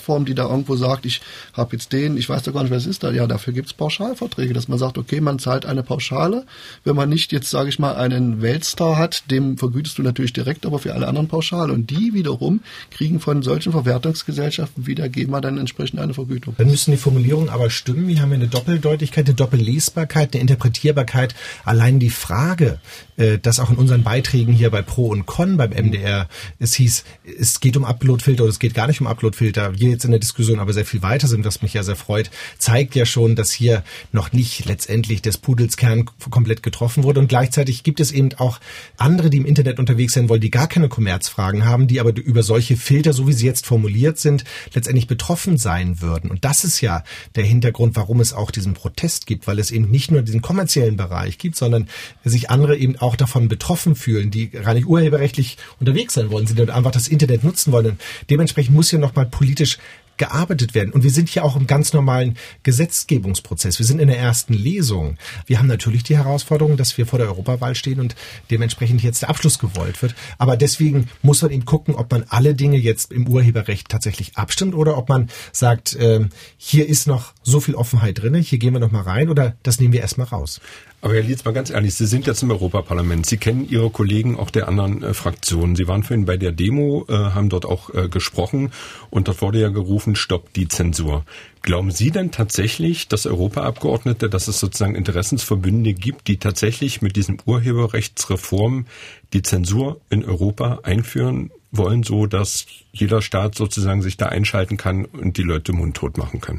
Plattform, die da irgendwo sagt, ich habe jetzt den, ich weiß doch gar nicht, was ist da. Ja, dafür gibt es Pauschalverträge, dass man sagt, okay, man zahlt eine Pauschale. Wenn man nicht jetzt, sage ich mal, einen Weltstar hat, dem vergütest du natürlich direkt, aber für alle anderen Pauschale. Und die wiederum kriegen von solchen Verwertungsgesellschaften wieder GEMA dann entsprechend eine Vergütung. Dann müssen die Formulierungen aber stimmen. Hier haben wir eine Doppeldeutigkeit, eine Doppellesbarkeit, eine Interpretierbarkeit. Allein die Frage, dass auch in unseren Beiträgen hier bei Pro und Con beim M D R es hieß, es geht um Uploadfilter oder es geht gar nicht um Uploadfilter, wir jetzt in der Diskussion aber sehr viel weiter sind, was mich ja sehr freut, zeigt ja schon, dass hier noch nicht letztendlich des Pudels Kern komplett getroffen wurde. Und gleichzeitig gibt es eben auch andere, die im Internet unterwegs sein wollen, die gar keine Kommerzfragen haben, die aber über solche Filter, so wie sie jetzt formuliert sind, letztendlich betroffen sein würden. Und das ist ja der Hintergrund, warum es auch diesen Protest gibt, weil es eben nicht nur diesen kommerziellen Bereich gibt, sondern sich andere eben auch davon betroffen fühlen, die gar nicht urheberrechtlich unterwegs sein wollen, sind und einfach das Internet nutzen wollen. Und dementsprechend muss hier nochmal politisch gearbeitet werden. Und wir sind hier auch im ganz normalen Gesetzgebungsprozess. Wir sind in der ersten Lesung. Wir haben natürlich die Herausforderung, dass wir vor der Europawahl stehen und dementsprechend jetzt der Abschluss gewollt wird. Aber deswegen muss man eben gucken, ob man alle Dinge jetzt im Urheberrecht tatsächlich abstimmt oder ob man sagt, äh, hier ist noch so viel Offenheit drin, hier gehen wir noch mal rein oder das nehmen wir erstmal raus. Aber Herr Lietz, mal ganz ehrlich, Sie sind jetzt im Europaparlament. Sie kennen Ihre Kollegen auch der anderen äh, Fraktionen. Sie waren vorhin bei der Demo, äh, haben dort auch äh, gesprochen und dort wurde ja gerufen, stopp die Zensur. Glauben Sie denn tatsächlich, dass Europaabgeordnete, dass es sozusagen Interessensverbünde gibt, die tatsächlich mit diesem Urheberrechtsreform die Zensur in Europa einführen wollen, so dass jeder Staat sozusagen sich da einschalten kann und die Leute mundtot machen kann?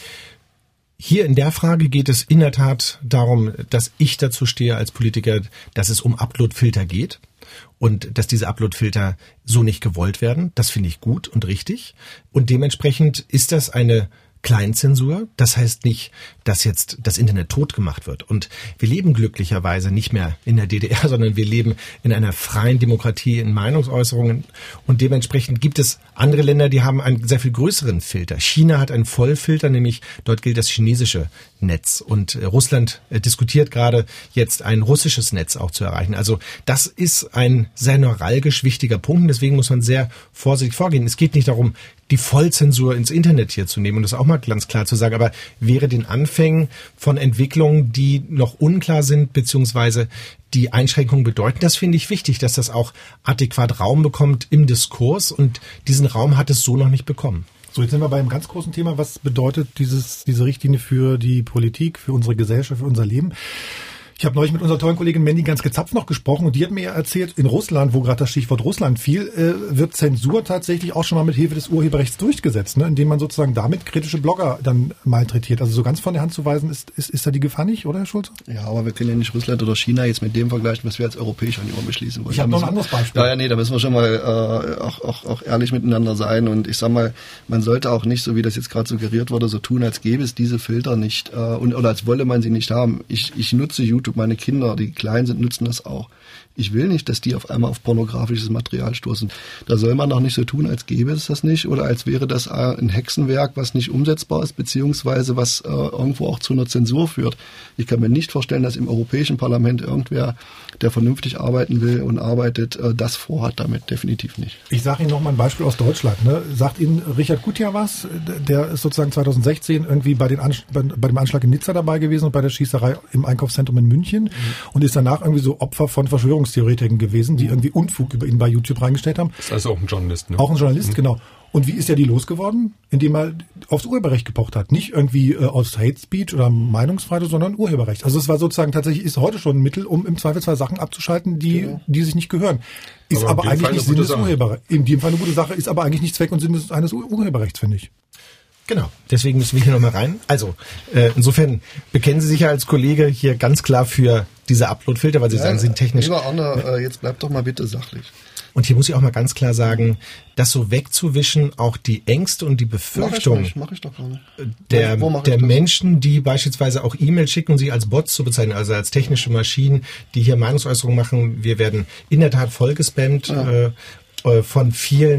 Hier in der Frage geht es in der Tat darum, dass ich dazu stehe als Politiker, dass es um Uploadfilter geht und dass diese Uploadfilter so nicht gewollt werden. Das finde ich gut und richtig. Und dementsprechend ist das eine Kleinzensur. Das heißt nicht, dass jetzt das Internet tot gemacht wird. Und wir leben glücklicherweise nicht mehr in der D D R, sondern wir leben in einer freien Demokratie, in Meinungsäußerungen. Und dementsprechend gibt es andere Länder, die haben einen sehr viel größeren Filter. China hat einen Vollfilter, nämlich dort gilt das chinesische Netz. Und Russland diskutiert gerade jetzt ein russisches Netz auch zu erreichen. Also das ist ein sehr neuralgisch wichtiger Punkt. Deswegen muss man sehr vorsichtig vorgehen. Es geht nicht darum, die Vollzensur ins Internet hier zu nehmen und das auch mal ganz klar zu sagen, aber wäre den Anfängen von Entwicklungen, die noch unklar sind, beziehungsweise die Einschränkungen bedeuten, das finde ich wichtig, dass das auch adäquat Raum bekommt im Diskurs und diesen Raum hat es so noch nicht bekommen. So, jetzt sind wir bei einem ganz großen Thema. Was bedeutet dieses, diese Richtlinie für die Politik, für unsere Gesellschaft, für unser Leben? Ich habe neulich mit unserer tollen Kollegin Mandy Ganske-Zapf noch gesprochen und die hat mir ja erzählt, in Russland, wo gerade das Stichwort Russland fiel, äh, wird Zensur tatsächlich auch schon mal mit Hilfe des Urheberrechts durchgesetzt, ne? Indem man sozusagen damit kritische Blogger dann malträtiert. Also so ganz von der Hand zu weisen, ist, ist, ist da die Gefahr nicht, oder Herr Schulze? Ja, aber wir können ja nicht Russland oder China jetzt mit dem vergleichen, was wir als Europäische Union beschließen wollen. Ich habe noch ein anderes Beispiel. Ja, ja, nee, da müssen wir schon mal äh, auch, auch, auch ehrlich miteinander sein und ich sag mal, man sollte auch nicht, so wie das jetzt gerade suggeriert wurde, so tun, als gäbe es diese Filter nicht äh, und, oder als wolle man sie nicht haben. Ich, ich nutze YouTube, meine Kinder, die klein sind, nutzen das auch. Ich will nicht, dass die auf einmal auf pornografisches Material stoßen. Da soll man auch nicht so tun, als gäbe es das nicht oder als wäre das ein Hexenwerk, was nicht umsetzbar ist, beziehungsweise was äh, irgendwo auch zu einer Zensur führt. Ich kann mir nicht vorstellen, dass im Europäischen Parlament irgendwer, der vernünftig arbeiten will und arbeitet, äh, das vorhat damit. Definitiv nicht. Ich sage Ihnen noch mal ein Beispiel aus Deutschland. Ne? Sagt Ihnen Richard Gutjahr was? Der ist sozusagen zwanzig sechzehn irgendwie bei, den Ansch- bei, bei dem Anschlag in Nizza dabei gewesen und bei der Schießerei im Einkaufszentrum in München mhm. und ist danach irgendwie so Opfer von Verschwörungstheoretikern gewesen, die irgendwie Unfug über ihn bei YouTube reingestellt haben. Ist also auch ein Journalist, ne? Auch ein Journalist, mhm. genau. Und wie ist er die losgeworden? Indem er aufs Urheberrecht gepocht hat. Nicht irgendwie äh, aus Hate Speech oder Meinungsfreiheit, sondern Urheberrecht. Also es war sozusagen tatsächlich, ist heute schon ein Mittel, um im Zweifelsfall Sachen abzuschalten, die, genau. die sich nicht gehören. Ist aber, aber eigentlich nicht Sinn des Urheberrechts. In dem Fall eine gute Sache, ist aber eigentlich nicht Zweck und Sinn des, eines Ur- Urheberrechts, finde ich. Genau, deswegen müssen wir hier nochmal rein. Also, äh, insofern bekennen Sie sich ja als Kollege hier ganz klar für diese Upload-Filter, weil Sie ja, sagen, Sie sind technisch... Lieber Arne, äh, jetzt bleib doch mal bitte sachlich. Und hier muss ich auch mal ganz klar sagen, das so wegzuwischen, auch die Ängste und die Befürchtungen mach ich, mach ich doch gar nicht. der, der Menschen, die beispielsweise auch E-Mails schicken und sie als Bots zu bezeichnen, also als technische Maschinen, die hier Meinungsäußerungen machen. Wir werden in der Tat vollgespammt ja. äh, von vielen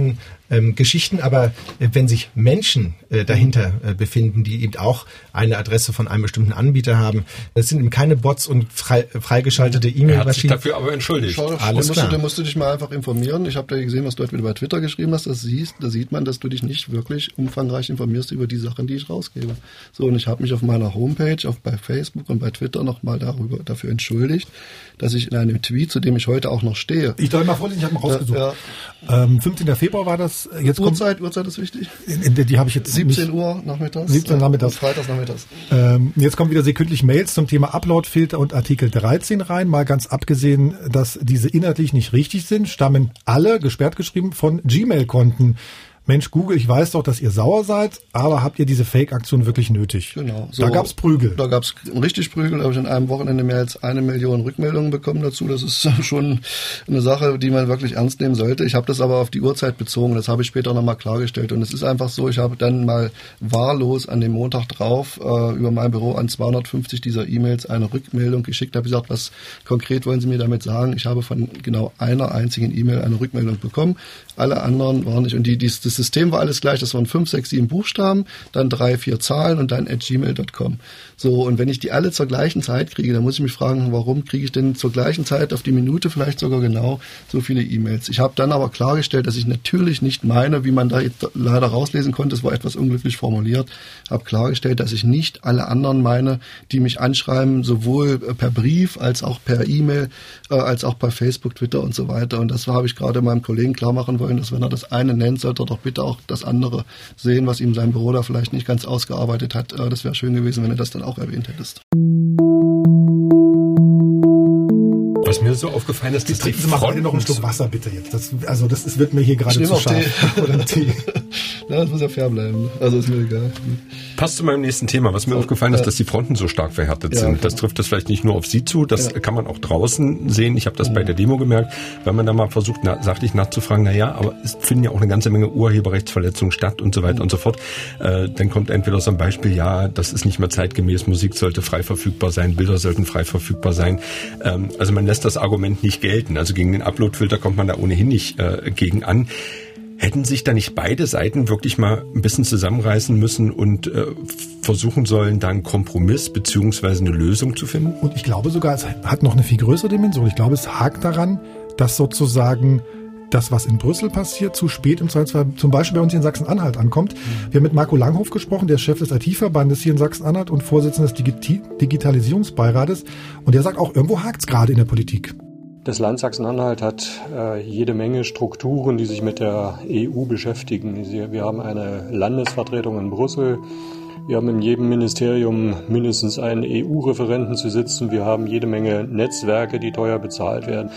ähm, Geschichten. Aber äh, wenn sich Menschen äh, dahinter äh, befinden, die eben auch eine Adresse von einem bestimmten Anbieter haben, das sind eben keine Bots und frei, freigeschaltete E-Mail-Maschinen. Er hat sich dafür aber entschuldigt. Schau, Alles da, klar. musst du, da musst du dich mal einfach informieren. Ich habe da gesehen, was du heute wieder bei Twitter geschrieben hast. Das siehst, da sieht man, dass du dich nicht wirklich umfangreich informierst über die Sachen, die ich rausgebe. So, und ich habe mich auf meiner Homepage, auf bei Facebook und bei Twitter nochmal darüber dafür entschuldigt, dass ich in einem Tweet, zu dem ich heute auch noch stehe. Ich darf mal vorlesen, ich habe mal rausgesucht. Ja, ja. Ähm, fünfzehnten Februar war das. Jetzt Uhrzeit, kommt, Uhrzeit ist wichtig. Die, die habe ich jetzt siebzehn nicht, Uhr nachmittags. siebzehn Uhr nachmittags. Freitags nachmittags. Ähm, jetzt kommen wieder sekündlich Mails zum Thema Uploadfilter und Artikel dreizehn rein. Mal ganz abgesehen, dass diese inhaltlich nicht richtig sind, stammen alle, gesperrt geschrieben, von Gmail-Konten. Mensch, Google, ich weiß doch, dass ihr sauer seid, aber habt ihr diese Fake-Aktion wirklich nötig? Genau. So, da gab's Prügel. Da gab's richtig Prügel. Da habe ich in einem Wochenende mehr als eine Million Rückmeldungen bekommen dazu. Das ist schon eine Sache, die man wirklich ernst nehmen sollte. Ich habe das aber auf die Uhrzeit bezogen. Das habe ich später nochmal klargestellt. Und es ist einfach so, ich habe dann mal wahllos an dem Montag drauf äh, über mein Büro an zweihundertfünfzig dieser E-Mails eine Rückmeldung geschickt. Da habe ich gesagt, was konkret wollen Sie mir damit sagen? Ich habe von genau einer einzigen E-Mail eine Rückmeldung bekommen. Alle anderen waren nicht. Und die, die, das System war alles gleich. Das waren fünf, sechs, sieben Buchstaben, dann drei, vier Zahlen und dann at gmail dot com. So, und wenn ich die alle zur gleichen Zeit kriege, dann muss ich mich fragen, warum kriege ich denn zur gleichen Zeit auf die Minute vielleicht sogar genau so viele E-Mails? Ich habe dann aber klargestellt, dass ich natürlich nicht meine, wie man da jetzt leider rauslesen konnte, es war etwas unglücklich formuliert, habe klargestellt, dass ich nicht alle anderen meine, die mich anschreiben, sowohl per Brief als auch per E-Mail, äh, als auch bei Facebook, Twitter und so weiter. Und das habe ich gerade meinem Kollegen klar machen wollen, dass wenn er das eine nennt, sollte er doch bitte auch das andere sehen, was ihm sein Büro da vielleicht nicht ganz ausgearbeitet hat. Äh, das wäre schön gewesen, wenn er das dann auch erwähnt hättest. Was mir so aufgefallen ist, dass die Sie machen heute noch einen Schluck Wasser, bitte jetzt. Das, also das, das wird mir hier gerade zu scharf. Oder Tee. Ja, das muss ja fair bleiben. Also ist mir egal. Passt zu meinem nächsten Thema. Was mir ja, aufgefallen ist, ja. dass die Fronten so stark verhärtet ja, sind. okay. Das trifft das vielleicht nicht nur auf Sie zu, das ja. kann man auch draußen sehen. Ich habe das mhm. bei der Demo gemerkt, weil man da mal versucht, na, sachlich nachzufragen, na ja, aber es finden ja auch eine ganze Menge Urheberrechtsverletzungen statt und so weiter mhm. und so fort. Äh, dann kommt entweder so ein Beispiel, ja, das ist nicht mehr zeitgemäß, Musik sollte frei verfügbar sein, Bilder sollten frei verfügbar sein. Ähm, also man lässt das Argument nicht gelten. Also gegen den Uploadfilter kommt man da ohnehin nicht äh, gegen an. Hätten sich da nicht beide Seiten wirklich mal ein bisschen zusammenreißen müssen und äh, versuchen sollen, da einen Kompromiss beziehungsweise eine Lösung zu finden? Und ich glaube sogar, es hat noch eine viel größere Dimension. Ich glaube, es hakt daran, dass sozusagen das, was in Brüssel passiert, zu spät im Zweifelsfall zum Beispiel bei uns hier in Sachsen-Anhalt ankommt. Mhm. Wir haben mit Marco Langhoff gesprochen, der ist Chef des I T-Verbandes hier in Sachsen-Anhalt und Vorsitzender des Digit- Digitalisierungsbeirates. Und der sagt auch, irgendwo hakt es gerade in der Politik. Das Land Sachsen-Anhalt hat äh, jede Menge Strukturen, die sich mit der E U beschäftigen. Wir haben eine Landesvertretung in Brüssel. Wir haben in jedem Ministerium mindestens einen E U-Referenten zu sitzen. Wir haben jede Menge Netzwerke, die teuer bezahlt werden.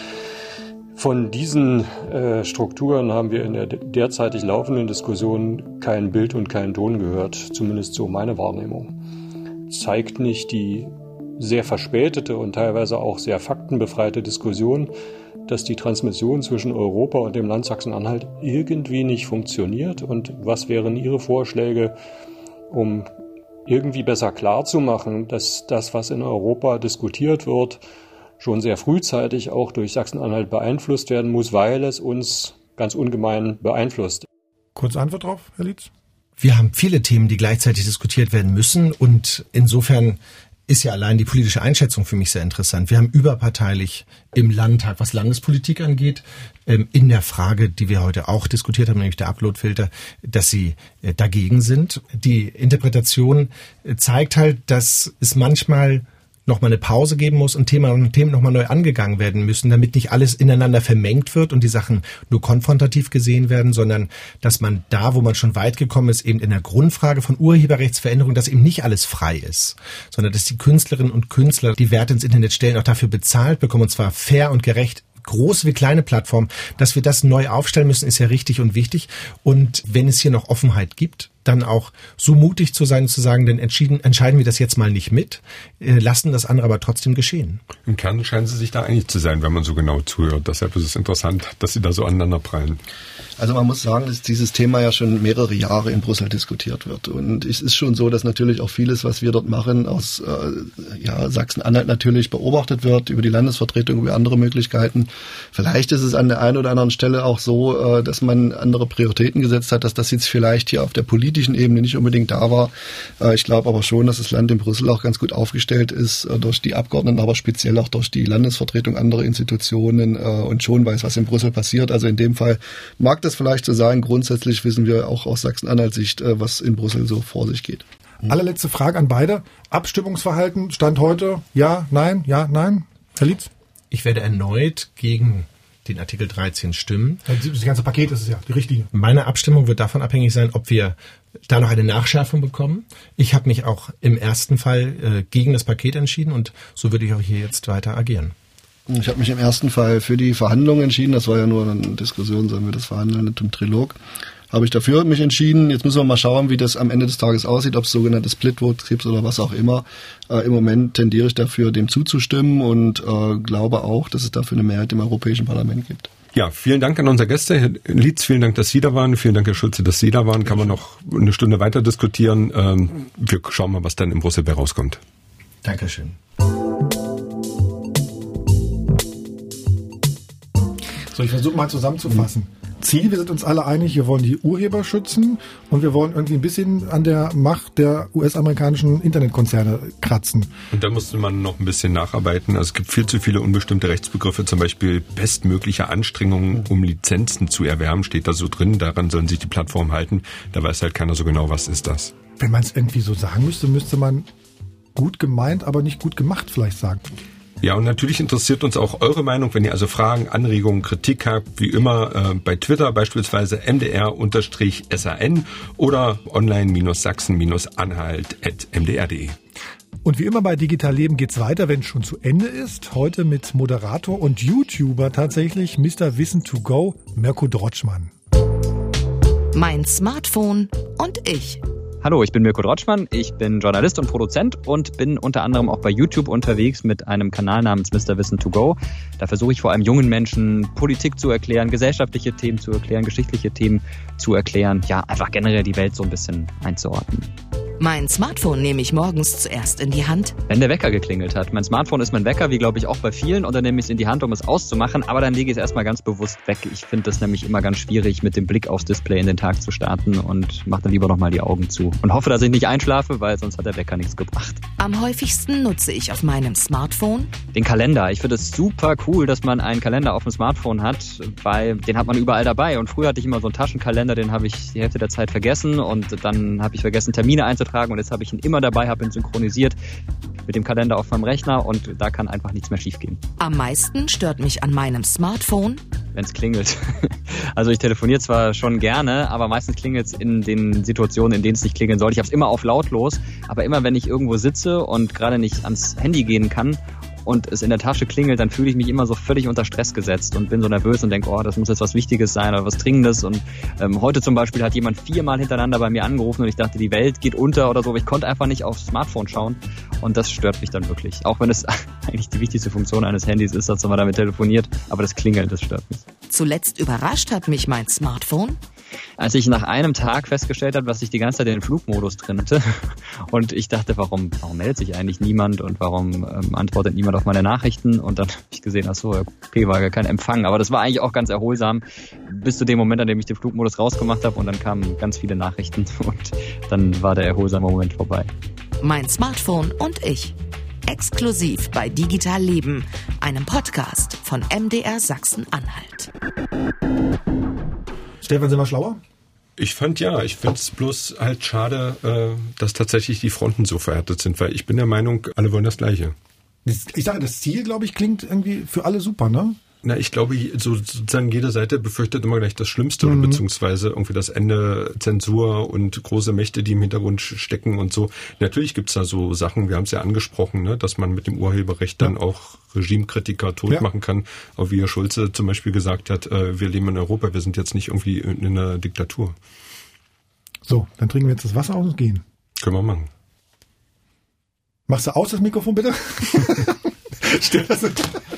Von diesen äh, Strukturen haben wir in der derzeitig laufenden Diskussion kein Bild und keinen Ton gehört, zumindest so meine Wahrnehmung. Zeigt nicht die sehr verspätete und teilweise auch sehr faktenbefreite Diskussion, dass die Transmission zwischen Europa und dem Land Sachsen-Anhalt irgendwie nicht funktioniert? Und was wären Ihre Vorschläge, um irgendwie besser klarzumachen, dass das, was in Europa diskutiert wird, schon sehr frühzeitig auch durch Sachsen-Anhalt beeinflusst werden muss, weil es uns ganz ungemein beeinflusst? Kurze Antwort drauf, Herr Lietz? Wir haben viele Themen, die gleichzeitig diskutiert werden müssen und insofern ist ja allein die politische Einschätzung für mich sehr interessant. Wir haben überparteilich im Landtag, was Landespolitik angeht, in der Frage, die wir heute auch diskutiert haben, nämlich der Uploadfilter, dass sie dagegen sind. Die Interpretation zeigt halt, dass es manchmal noch mal eine Pause geben muss und Themen, Themen noch mal neu angegangen werden müssen, damit nicht alles ineinander vermengt wird und die Sachen nur konfrontativ gesehen werden, sondern dass man da, wo man schon weit gekommen ist, eben in der Grundfrage von Urheberrechtsveränderung, dass eben nicht alles frei ist, sondern dass die Künstlerinnen und Künstler, die Werte ins Internet stellen, auch dafür bezahlt bekommen, und zwar fair und gerecht, große wie kleine Plattformen. Dass wir das neu aufstellen müssen, ist ja richtig und wichtig. Und wenn es hier noch Offenheit gibt, dann auch so mutig zu sein, zu sagen, dann entschieden, entscheiden wir das jetzt mal nicht mit, äh, lassen das andere aber trotzdem geschehen. Im Kern scheinen Sie sich da einig zu sein, wenn man so genau zuhört. Deshalb ist es interessant, dass Sie da so aneinander prallen. Also man muss sagen, dass dieses Thema ja schon mehrere Jahre in Brüssel diskutiert wird. Und es ist schon so, dass natürlich auch vieles, was wir dort machen, aus äh, ja, Sachsen-Anhalt natürlich beobachtet wird, über die Landesvertretung, über andere Möglichkeiten. Vielleicht ist es an der einen oder anderen Stelle auch so, äh, dass man andere Prioritäten gesetzt hat, dass das jetzt vielleicht hier auf der politischen Ebene nicht unbedingt da war. Äh, ich glaube aber schon, dass das Land in Brüssel auch ganz gut aufgestellt ist, äh, durch die Abgeordneten, aber speziell auch durch die Landesvertretung, andere Institutionen äh, und schon weiß, was in Brüssel passiert. Also in dem Fall mag das vielleicht so sein. Grundsätzlich wissen wir auch aus Sachsen-Anhalt-Sicht, was in Brüssel so vor sich geht. Allerletzte Frage an beide. Abstimmungsverhalten, Stand heute, ja, nein, ja, nein? Herr Lietz? Ich werde erneut gegen den Artikel dreizehn stimmen. Das ganze Paket ist es ja, die Richtlinie. Meine Abstimmung wird davon abhängig sein, ob wir da noch eine Nachschärfung bekommen. Ich habe mich auch im ersten Fall äh, gegen das Paket entschieden und so würde ich auch hier jetzt weiter agieren. Ich habe mich im ersten Fall für die Verhandlungen entschieden. Das war ja nur eine Diskussion, sollen wir das verhandeln mit dem Trilog. Habe ich dafür mich entschieden. Jetzt müssen wir mal schauen, wie das am Ende des Tages aussieht, ob es sogenannte Split-Votes gibt oder was auch immer. Äh, Im Moment tendiere ich dafür, dem zuzustimmen und äh, glaube auch, dass es dafür eine Mehrheit im Europäischen Parlament gibt. Ja, vielen Dank an unsere Gäste. Herr Lietz, vielen Dank, dass Sie da waren. Vielen Dank, Herr Schulze, dass Sie da waren. Kann man noch eine Stunde weiter diskutieren. Ähm, wir schauen mal, was dann in Brüssel bei rauskommt. Dankeschön. So, ich versuche mal zusammenzufassen. Ziel, wir sind uns alle einig, wir wollen die Urheber schützen und wir wollen irgendwie ein bisschen an der Macht der U S-amerikanischen Internetkonzerne kratzen. Und da musste man noch ein bisschen nacharbeiten. Also es gibt viel zu viele unbestimmte Rechtsbegriffe, zum Beispiel bestmögliche Anstrengungen, um Lizenzen zu erwerben, steht da so drin. Daran sollen sich die Plattformen halten. Da weiß halt keiner so genau, was ist das. Wenn man es irgendwie so sagen müsste, müsste man gut gemeint, aber nicht gut gemacht vielleicht sagen. Ja, und natürlich interessiert uns auch eure Meinung, wenn ihr also Fragen, Anregungen, Kritik habt, wie immer äh, bei Twitter beispielsweise M D R S A N oder online-sachsen-anhalt at m d r punkt d e. Und wie immer bei Digital Leben geht's weiter, wenn es schon zu Ende ist. Heute mit Moderator und YouTuber tatsächlich Mister Wissen to Go, Mirko Drotschmann. Mein Smartphone und ich. Hallo, ich bin Mirko Drotschmann, ich bin Journalist und Produzent und bin unter anderem auch bei YouTube unterwegs mit einem Kanal namens Mister Wissen to Go. Da versuche ich vor allem jungen Menschen Politik zu erklären, gesellschaftliche Themen zu erklären, geschichtliche Themen zu erklären, ja, einfach generell die Welt so ein bisschen einzuordnen. Mein Smartphone nehme ich morgens zuerst in die Hand. Wenn der Wecker geklingelt hat. Mein Smartphone ist mein Wecker, wie glaube ich auch bei vielen, und dann nehme ich es in die Hand, um es auszumachen, aber dann lege ich es erstmal ganz bewusst weg. Ich finde das nämlich immer ganz schwierig, mit dem Blick aufs Display in den Tag zu starten und mache dann lieber nochmal die Augen zu und hoffe, dass ich nicht einschlafe, weil sonst hat der Wecker nichts gebracht. Am häufigsten nutze ich auf meinem Smartphone den Kalender. Ich finde es super cool, dass man einen Kalender auf dem Smartphone hat, weil den hat man überall dabei. Und früher hatte ich immer so einen Taschenkalender, den habe ich die Hälfte der Zeit vergessen und dann habe ich vergessen, Termine einzutragen und jetzt habe ich ihn immer dabei, habe ihn synchronisiert mit dem Kalender auf meinem Rechner und da kann einfach nichts mehr schiefgehen. Am meisten stört mich an meinem Smartphone, wenn es klingelt. Also ich telefoniere zwar schon gerne, aber meistens klingelt es in den Situationen, in denen es nicht klingeln soll. Ich habe es immer auf lautlos, aber immer wenn ich irgendwo sitze und gerade nicht ans Handy gehen kann und es in der Tasche klingelt, dann fühle ich mich immer so völlig unter Stress gesetzt und bin so nervös und denke, oh, das muss jetzt was Wichtiges sein oder was Dringendes. Und ähm, heute zum Beispiel hat jemand viermal hintereinander bei mir angerufen und ich dachte, die Welt geht unter oder so, aber ich konnte einfach nicht aufs Smartphone schauen und das stört mich dann wirklich. Auch wenn es eigentlich die wichtigste Funktion eines Handys ist, dass man damit telefoniert, aber das Klingeln, das stört mich. Zuletzt überrascht hat mich mein Smartphone, als ich nach einem Tag festgestellt habe, dass ich die ganze Zeit den Flugmodus drin hatte und ich dachte, warum, warum meldet sich eigentlich niemand und warum ähm, antwortet niemand auf meine Nachrichten und dann habe ich gesehen, ach so, okay, war gar kein Empfang, aber das war eigentlich auch ganz erholsam bis zu dem Moment, an dem ich den Flugmodus rausgemacht habe und dann kamen ganz viele Nachrichten und dann war der erholsame Moment vorbei. Mein Smartphone und ich. Exklusiv bei Digital Leben, einem Podcast von M D R Sachsen-Anhalt. Stefan, sind wir schlauer? Ich fand ja, ich finde es bloß halt schade, äh, dass tatsächlich die Fronten so verhärtet sind, weil ich bin der Meinung, alle wollen das Gleiche. Ich sage, das Ziel, glaube ich, klingt irgendwie für alle super, ne? Na, ich glaube, so sozusagen jede Seite befürchtet immer gleich das Schlimmste, mhm. beziehungsweise irgendwie das Ende Zensur und große Mächte, die im Hintergrund stecken und so. Natürlich gibt's da so Sachen, wir haben es ja angesprochen, ne, dass man mit dem Urheberrecht dann ja. auch Regimekritiker tot ja. machen kann. Auch wie Herr Schulze zum Beispiel gesagt hat, äh, wir leben in Europa, wir sind jetzt nicht irgendwie in einer Diktatur. So, dann trinken wir jetzt das Wasser aus und gehen. Können wir machen. Machst du aus das Mikrofon bitte? Stell das